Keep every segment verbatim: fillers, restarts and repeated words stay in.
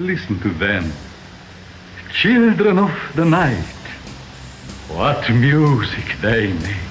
Listen to them. Children of the night. What music they make.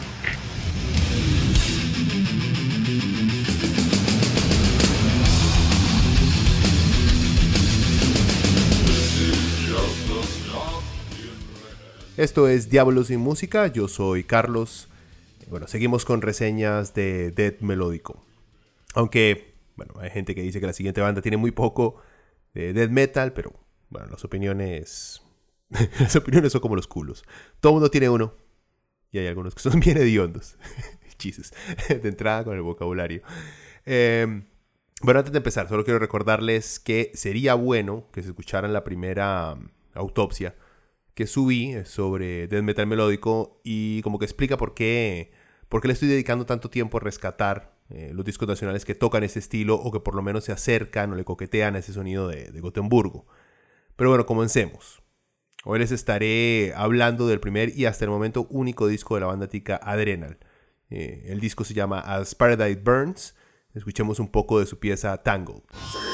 Esto es Diablos sin Música, yo soy Carlos. Bueno, seguimos con reseñas de death melódico. Aunque, bueno, hay gente que dice que la siguiente banda tiene muy poco de death metal, pero, bueno, las opiniones... las opiniones son como los culos. Todo el mundo tiene uno. Y hay algunos que son bien hediondos. Chises. De entrada con el vocabulario. Eh, bueno, antes de empezar, solo quiero recordarles que sería bueno que se escucharan la primera um, autopsia que subí sobre death metal melódico y como que explica por qué, por qué le estoy dedicando tanto tiempo a rescatar eh, los discos nacionales que tocan ese estilo o que por lo menos se acercan o le coquetean a ese sonido de, de Gotemburgo. Pero bueno, comencemos. Hoy les estaré hablando del primer y hasta el momento único disco de la banda tica Adrenal. Eh, el disco se llama As Paradise Burns. Escuchemos un poco de su pieza Tangled.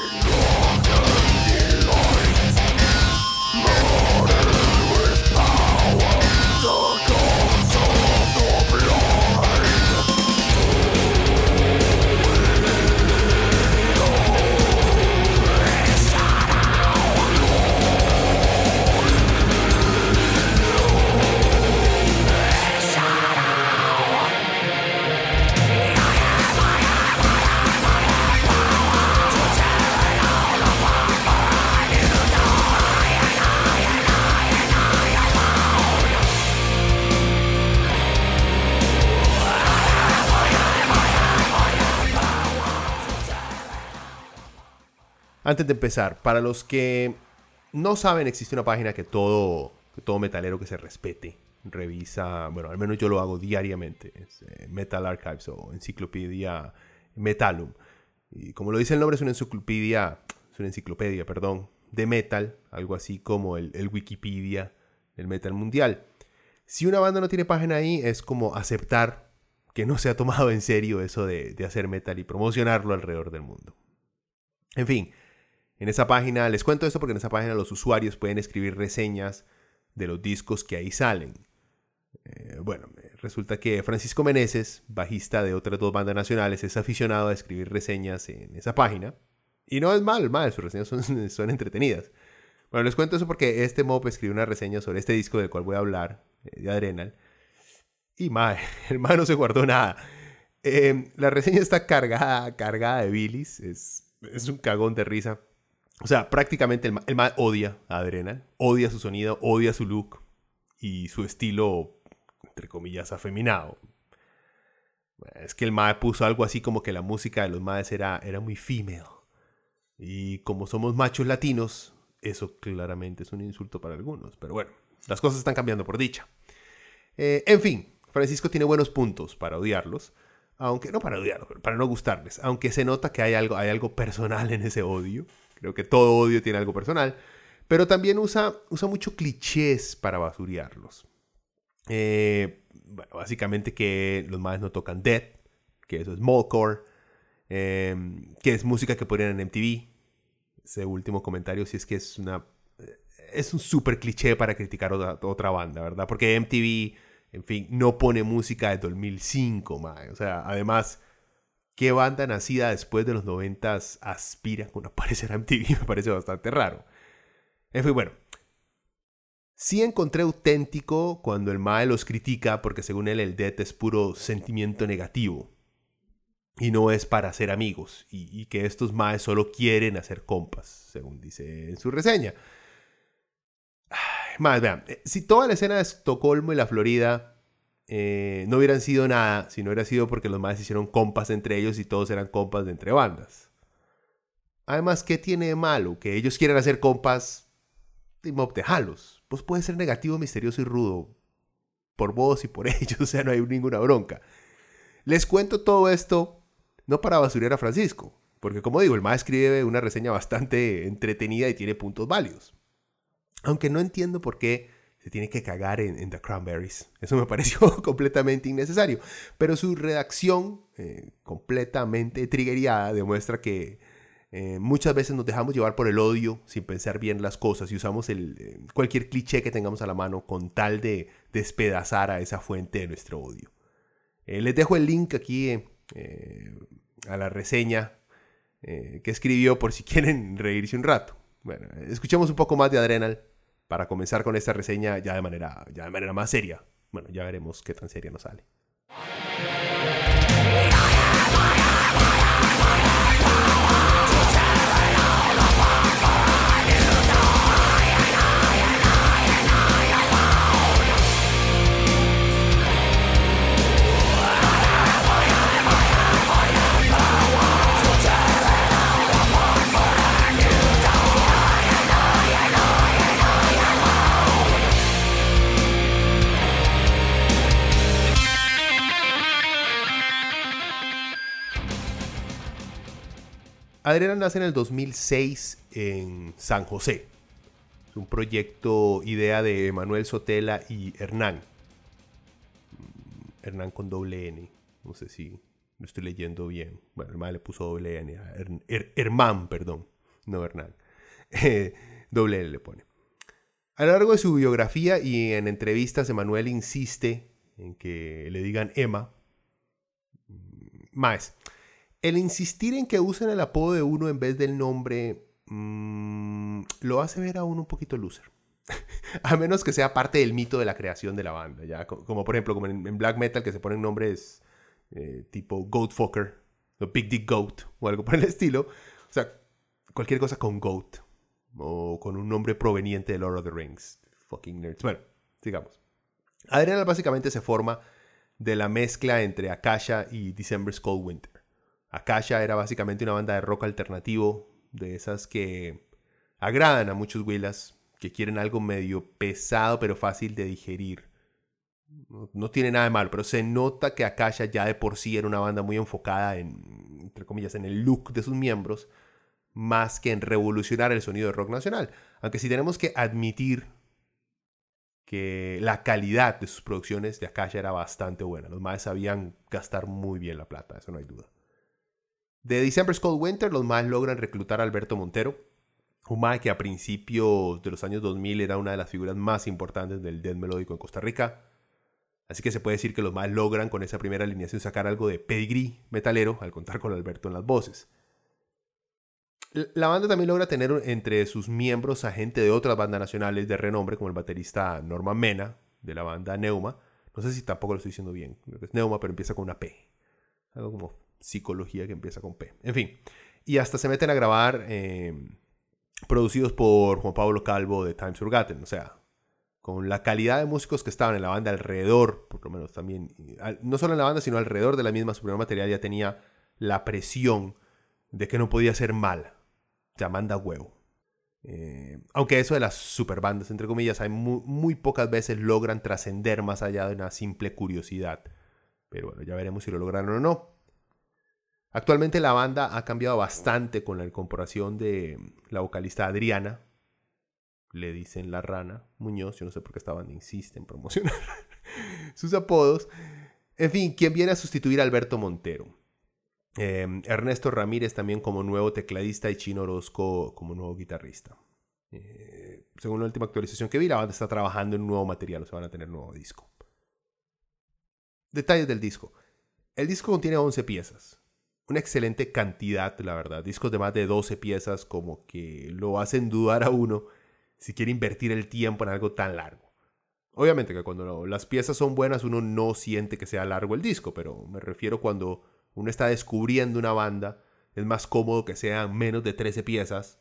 Antes de empezar, para los que no saben, existe una página que todo, que todo metalero que se respete revisa, bueno, al menos yo lo hago diariamente, es eh, Metal Archives o Enciclopedia Metalum. Y como lo dice el nombre, es una enciclopedia, es una enciclopedia, perdón, de metal, algo así como el, el Wikipedia del metal mundial. Si una banda no tiene página ahí, es como aceptar que no se ha tomado en serio eso de, de hacer metal y promocionarlo alrededor del mundo. En fin. En esa página, les cuento esto porque en esa página los usuarios pueden escribir reseñas de los discos que ahí salen. Eh, bueno, resulta que Francisco Meneses, bajista de otras dos bandas nacionales, es aficionado a escribir reseñas en esa página. Y no es mal, mal, sus reseñas son, son entretenidas. Bueno, les cuento eso porque este mob escribió una reseña sobre este disco del cual voy a hablar, eh, de Adrenal. Y mae, el mae no se guardó nada. Eh, la reseña está cargada, cargada de bilis, es, es un cagón de risa. O sea, prácticamente el mae, el mae odia a Adrenal, odia su sonido, odia su look y su estilo, entre comillas, afeminado. Es que el mae puso algo así como que la música de los maes era, era muy female. Y como somos machos latinos, eso claramente es un insulto para algunos. Pero bueno, las cosas están cambiando por dicha. Eh, en fin, Francisco tiene buenos puntos para odiarlos. Aunque, no para odiarlos, pero para no gustarles. Aunque se nota que hay algo, hay algo personal en ese odio. Creo que todo odio tiene algo personal. Pero también usa, usa mucho clichés para basurearlos. Eh, bueno, básicamente que los maes no tocan death, que eso es Moldcore, eh, que es música que ponían en M T V. Ese último comentario sí es que es una... Es un súper cliché para criticar otra, otra banda, ¿verdad? Porque M T V, en fin, no pone música de dos mil cinco, mae. O sea, además... ¿Qué banda nacida después de los noventas aspira con aparecer a M T V? Me parece bastante raro. En fin, bueno. Sí encontré auténtico cuando el mae los critica porque según él el death es puro sentimiento negativo. Y no es para ser amigos. Y, y que estos maes solo quieren hacer compas, según dice en su reseña. Ay, más, vean. Si toda la escena de Estocolmo y la Florida... Eh, no hubieran sido nada si no hubiera sido porque los maes hicieron compas entre ellos y todos eran compas de entre bandas. Además, ¿qué tiene de malo? Que ellos quieran hacer compas y mob de jalos. Pues puede ser negativo, misterioso y rudo por vos y por ellos, o sea, no hay ninguna bronca. Les cuento todo esto no para basurear a Francisco, porque como digo, el mae escribe una reseña bastante entretenida y tiene puntos válidos. Aunque no entiendo por qué se tiene que cagar en, en The Cranberries. Eso me pareció completamente innecesario. Pero su redacción, eh, completamente triggeriada, demuestra que Eh, muchas veces nos dejamos llevar por el odio sin pensar bien las cosas y usamos el, eh, cualquier cliché que tengamos a la mano con tal de despedazar a esa fuente de nuestro odio. Eh, les dejo el link aquí eh, a la reseña eh, que escribió por si quieren reírse un rato. Bueno, escuchemos un poco más de Adrenal para comenzar con esta reseña ya de manera, ya de manera más seria. Bueno, ya veremos qué tan seria nos sale. Adrenal nace en el dos mil seis en San José. Es un proyecto, idea de Manuel Sotela y Hernán. Hernán con doble N. No sé si lo estoy leyendo bien. Bueno, el man le puso doble N a Her Her Herman, perdón. No Hernán. Eh, doble N le pone. A lo largo de su biografía y en entrevistas, Emanuel insiste en que le digan Emma. Más. El insistir en que usen el apodo de uno en vez del nombre mmm, lo hace ver a uno un poquito loser. A menos que sea parte del mito de la creación de la banda. ¿Ya? Como por ejemplo, como en, en black metal que se ponen nombres eh, tipo Goatfucker o Big Dick Goat o algo por el estilo. O sea, cualquier cosa con Goat o con un nombre proveniente de Lord of the Rings. Fucking nerds. Bueno, sigamos. Adrenal básicamente se forma de la mezcla entre Akasha y December's Cold Winter. Akasha era básicamente una banda de rock alternativo, de esas que agradan a muchos huilas, que quieren algo medio pesado pero fácil de digerir. No, no tiene nada de malo, pero se nota que Akasha ya de por sí era una banda muy enfocada en, entre comillas, en el look de sus miembros, más que en revolucionar el sonido del rock nacional. Aunque sí tenemos que admitir que la calidad de sus producciones de Akasha era bastante buena. Los maes sabían gastar muy bien la plata, eso no hay duda. De December's Cold Winter, los maes logran reclutar a Alberto Montero, un mae que a principios de los años dos mil era una de las figuras más importantes del death melódico en Costa Rica. Así que se puede decir que los maes logran con esa primera alineación sacar algo de pedigrí metalero al contar con Alberto en las voces. La banda también logra tener entre sus miembros a gente de otras bandas nacionales de renombre, como el baterista Norman Mena, de la banda Neuma. No sé si tampoco lo estoy diciendo bien. Es Neuma, pero empieza con una P. Algo como psicología que empieza con P. En fin. Y hasta se meten a grabar eh, producidos por Juan Pablo Calvo de Times Forgotten. O sea, con la calidad de músicos que estaban en la banda alrededor, por lo menos también, no solo en la banda, sino alrededor de la misma, su primer material ya tenía la presión de que no podía ser mala. Ya manda huevo. Eh, aunque eso de las superbandas, entre comillas, hay muy, muy pocas veces logran trascender más allá de una simple curiosidad. Pero bueno, ya veremos si lo lograron o no. Actualmente la banda ha cambiado bastante con la incorporación de la vocalista Adriana. Le dicen la Rana Muñoz. Yo no sé por qué esta banda insiste en promocionar sus apodos. En fin, quien viene a sustituir a Alberto Montero. Eh, Ernesto Ramírez también como nuevo tecladista y Chino Orozco como nuevo guitarrista. Eh, según la última actualización que vi, la banda está trabajando en un nuevo material, o sea, van a tener nuevo disco. Detalles del disco. El disco contiene once piezas. Una excelente cantidad, la verdad. Discos de más de doce piezas como que lo hacen dudar a uno si quiere invertir el tiempo en algo tan largo. Obviamente que cuando las piezas son buenas uno no siente que sea largo el disco, pero me refiero cuando uno está descubriendo una banda, es más cómodo que sean menos de trece piezas,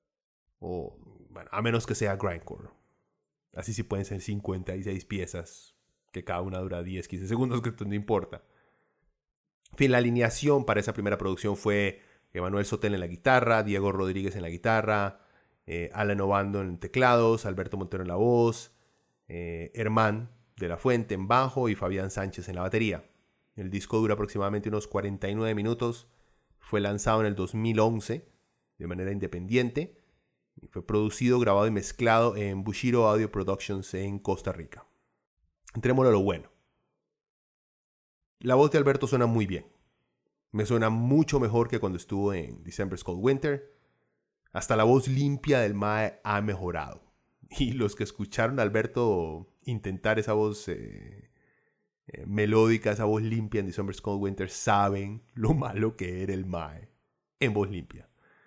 o bueno, a menos que sea grindcore. Así sí pueden ser cincuenta y seis piezas, que cada una dura diez a quince segundos, que no importa. En fin, la alineación para esa primera producción fue Emanuel Sotela en la guitarra, Diego Rodríguez en la guitarra, eh, Alan Obando en teclados, Alberto Montero en la voz, eh, Herman de la Fuente en bajo y Fabián Sánchez en la batería. El disco dura aproximadamente unos cuarenta y nueve minutos. Fue lanzado en el dos mil once de manera independiente. Y fue producido, grabado y mezclado en Bushiro Audio Productions en Costa Rica. Entrémoslo a lo bueno. La voz de Alberto suena muy bien. Me suena mucho mejor que cuando estuvo en December's Cold Winter. Hasta la voz limpia del mae ha mejorado. Y los que escucharon a Alberto intentar esa voz eh, eh, melódica, esa voz limpia en December's Cold Winter, saben lo malo que era el mae en voz limpia.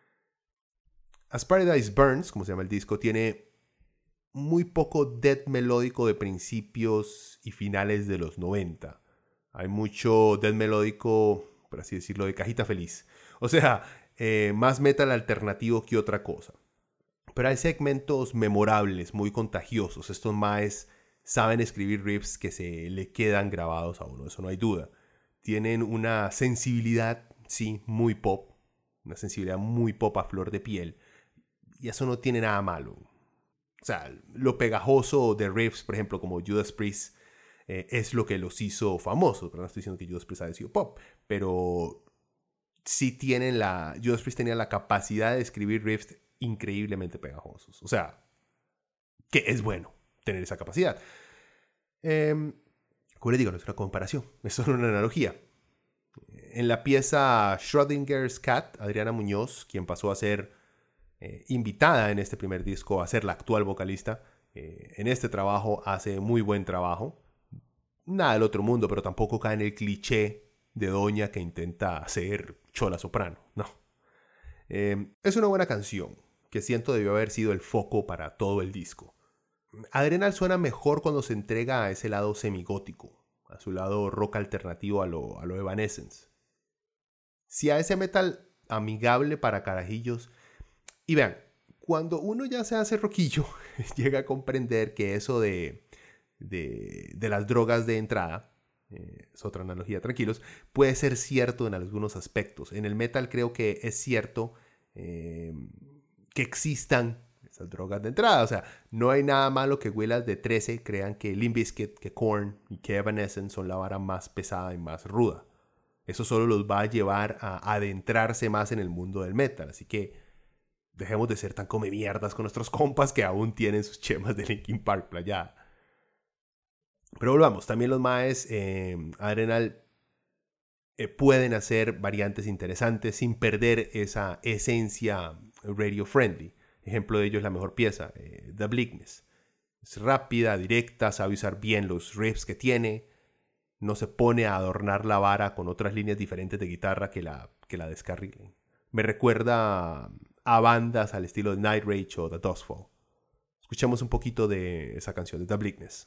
As Paradise Burns, como se llama el disco, tiene muy poco death melódico de principios y finales de los noventa. Hay mucho death melódico, por así decirlo, de cajita feliz. O sea, eh, más metal alternativo que otra cosa. Pero hay segmentos memorables, muy contagiosos. Estos maes saben escribir riffs que se le quedan grabados a uno, eso no hay duda. Tienen una sensibilidad, sí, muy pop. Una sensibilidad muy pop a flor de piel. Y eso no tiene nada malo. O sea, lo pegajoso de riffs, por ejemplo, como Judas Priest, eh, es lo que los hizo famosos. Pero no estoy diciendo que Judas Priest haya sido pop. Pero sí tienen la... Judas Priest tenía la capacidad de escribir riffs increíblemente pegajosos. O sea, que es bueno tener esa capacidad. Eh, como les digo, no es una comparación. Es solo una analogía. En la pieza Schrödinger's Cat, Adriana Muñoz, quien pasó a ser... Eh, invitada en este primer disco a ser la actual vocalista. Eh, en este trabajo hace muy buen trabajo. Nada del otro mundo, pero tampoco cae en el cliché de doña que intenta hacer chola soprano. No. Eh, es una buena canción que siento debió haber sido el foco para todo el disco. Adrenal suena mejor cuando se entrega a ese lado semigótico, a su lado rock alternativo a lo, a lo Evanescence. Si a ese metal amigable para carajillos... Y vean, cuando uno ya se hace roquillo, llega a comprender que eso de, de, de las drogas de entrada, eh, es otra analogía, tranquilos, puede ser cierto en algunos aspectos. En el metal creo que es cierto eh, que existan esas drogas de entrada. O sea, no hay nada malo que güelas de trece crean que Limp Bizkit, que Korn y que Evanescence son la vara más pesada y más ruda. Eso solo los va a llevar a adentrarse más en el mundo del metal. Así que dejemos de ser tan come mierdas con nuestros compas que aún tienen sus chemas de Linkin Park playada. Pero volvamos, también los maes eh, Adrenal eh, pueden hacer variantes interesantes sin perder esa esencia radio friendly. Ejemplo de ello es la mejor pieza, eh, The Bleakness. Es rápida, directa, sabe usar bien los riffs que tiene. No se pone a adornar la vara con otras líneas diferentes de guitarra que la, que la descarrilen. Me recuerda a bandas al estilo de Night Rage o The Dustfall. Escuchemos un poquito de esa canción de The Bleakness.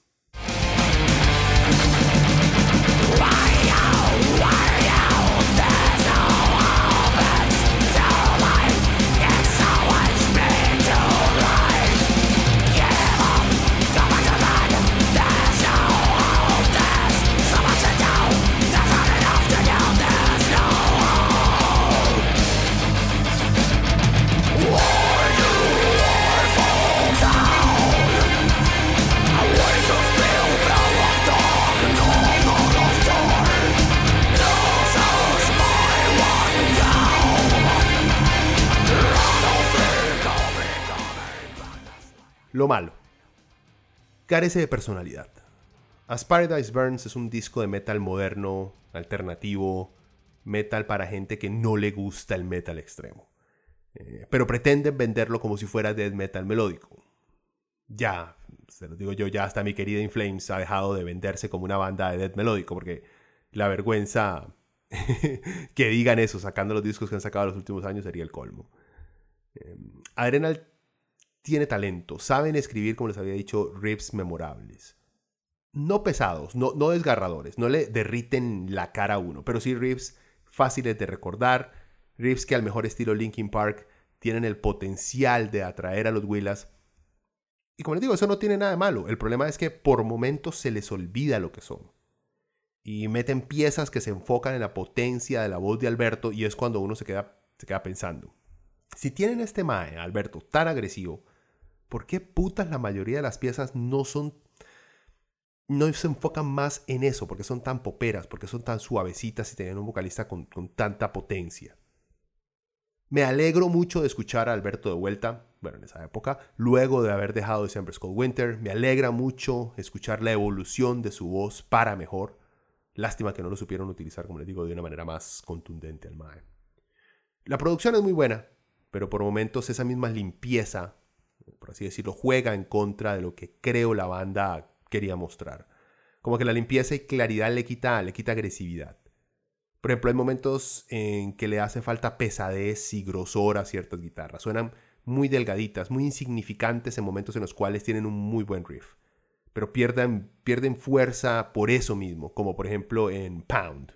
Lo malo. Carece de personalidad. As Paradise Burns es un disco de metal moderno, alternativo, metal para gente que no le gusta el metal extremo. Eh, pero pretenden venderlo como si fuera death metal melódico. Ya, se lo digo yo, ya hasta mi querida In Flames ha dejado de venderse como una banda de death melódico, porque la vergüenza que digan eso sacando los discos que han sacado en los últimos años sería el colmo. Eh, Adrenal tiene talento, saben escribir, como les había dicho, riffs memorables. No pesados, no, no desgarradores, no le derriten la cara a uno, pero sí riffs fáciles de recordar, riffs que al mejor estilo Linkin Park tienen el potencial de atraer a los Willas. Y como les digo, eso no tiene nada de malo. El problema es que por momentos se les olvida lo que son. Y meten piezas que se enfocan en la potencia de la voz de Alberto y es cuando uno se queda, se queda pensando. Si tienen este mae, Alberto, tan agresivo, ¿por qué putas la mayoría de las piezas no son, no se enfocan más en eso? Porque son tan poperas, porque son tan suavecitas y tienen un vocalista con, con tanta potencia. Me alegro mucho de escuchar a Alberto de vuelta, bueno, en esa época, luego de haber dejado December's Cold Winter. Me alegra mucho escuchar la evolución de su voz para mejor. Lástima que no lo supieron utilizar, como les digo, de una manera más contundente al mae. La producción es muy buena, pero por momentos esa misma limpieza, por así decirlo, juega en contra de lo que creo la banda quería mostrar. Como que la limpieza y claridad le quita, le quita agresividad. Por ejemplo, hay momentos en que le hace falta pesadez y grosor a ciertas guitarras. Suenan muy delgaditas, muy insignificantes en momentos en los cuales tienen un muy buen riff. Pero pierden, pierden fuerza por eso mismo, como por ejemplo en Pound.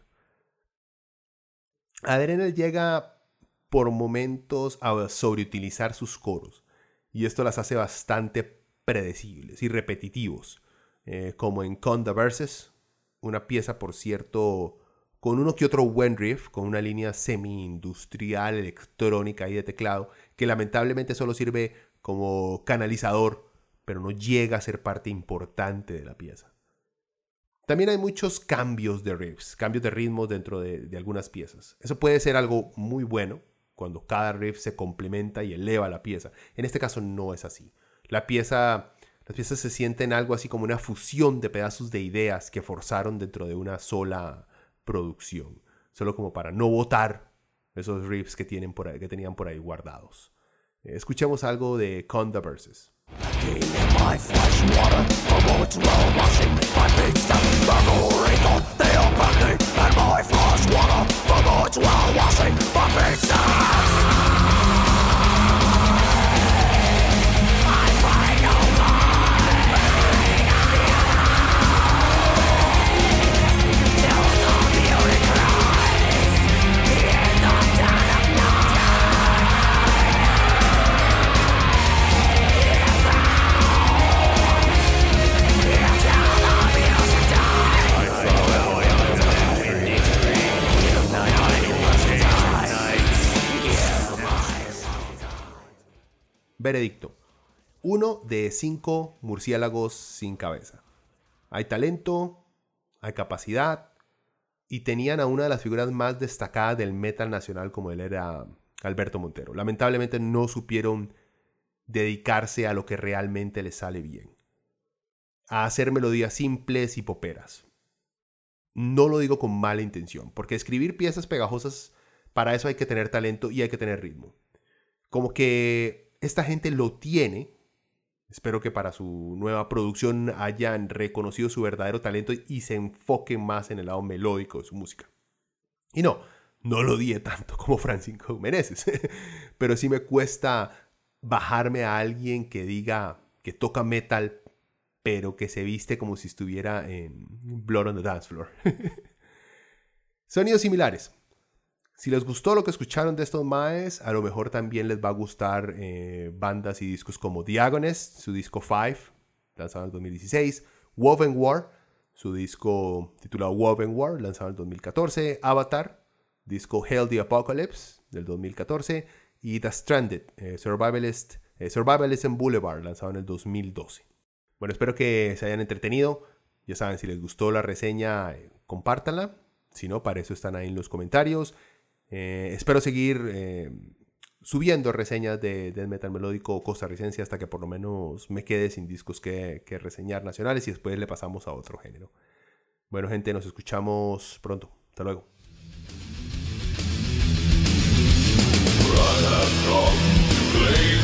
Adrenal llega por momentos a sobreutilizar sus coros. Y esto las hace bastante predecibles y repetitivos. Eh, como en Conda Verses, una pieza, por cierto, con uno que otro buen riff, con una línea semi-industrial, electrónica y de teclado, que lamentablemente solo sirve como canalizador, pero no llega a ser parte importante de la pieza. También hay muchos cambios de riffs, cambios de ritmos dentro de, de algunas piezas. Eso puede ser algo muy bueno, cuando cada riff se complementa y eleva la pieza. En este caso no es así. La pieza, las piezas se sienten algo así como una fusión de pedazos de ideas que forzaron dentro de una sola producción, solo como para no botar esos riffs que, tienen por ahí, que tenían por ahí guardados. Eh, escuchemos algo de Conda Verses. Veredicto. Uno de cinco murciélagos sin cabeza. Hay talento, hay capacidad, y tenían a una de las figuras más destacadas del metal nacional como él era Alberto Montero. Lamentablemente no supieron dedicarse a lo que realmente les sale bien. A hacer melodías simples y poperas. No lo digo con mala intención, porque escribir piezas pegajosas, para eso hay que tener talento y hay que tener ritmo. Como que esta gente lo tiene. Espero que para su nueva producción hayan reconocido su verdadero talento y se enfoquen más en el lado melódico de su música. Y no, no lo odié tanto como Francisco Meneses, pero sí me cuesta bajarme a alguien que diga que toca metal, pero que se viste como si estuviera en Blood on the Dance Floor. Sonidos similares. Si les gustó lo que escucharon de estos maes, a lo mejor también les va a gustar eh, bandas y discos como The Agonist, su disco Five, lanzado en el dos mil dieciséis, Woven War, su disco titulado Woven War, lanzado en el dos mil catorce, Avatar, disco Hail the Apocalypse, del dos mil catorce, y The Stranded, eh, Survivalist, eh, Survivalism Boulevard, lanzado en el dos mil doce. Bueno, espero que se hayan entretenido. Ya saben, si les gustó la reseña, eh, compártanla. Si no, para eso están ahí en los comentarios. Eh, espero seguir eh, subiendo reseñas de death metal melódico costarricense hasta que por lo menos me quede sin discos que, que reseñar nacionales y después le pasamos a otro género. Bueno, gente, nos escuchamos pronto. Hasta luego. Run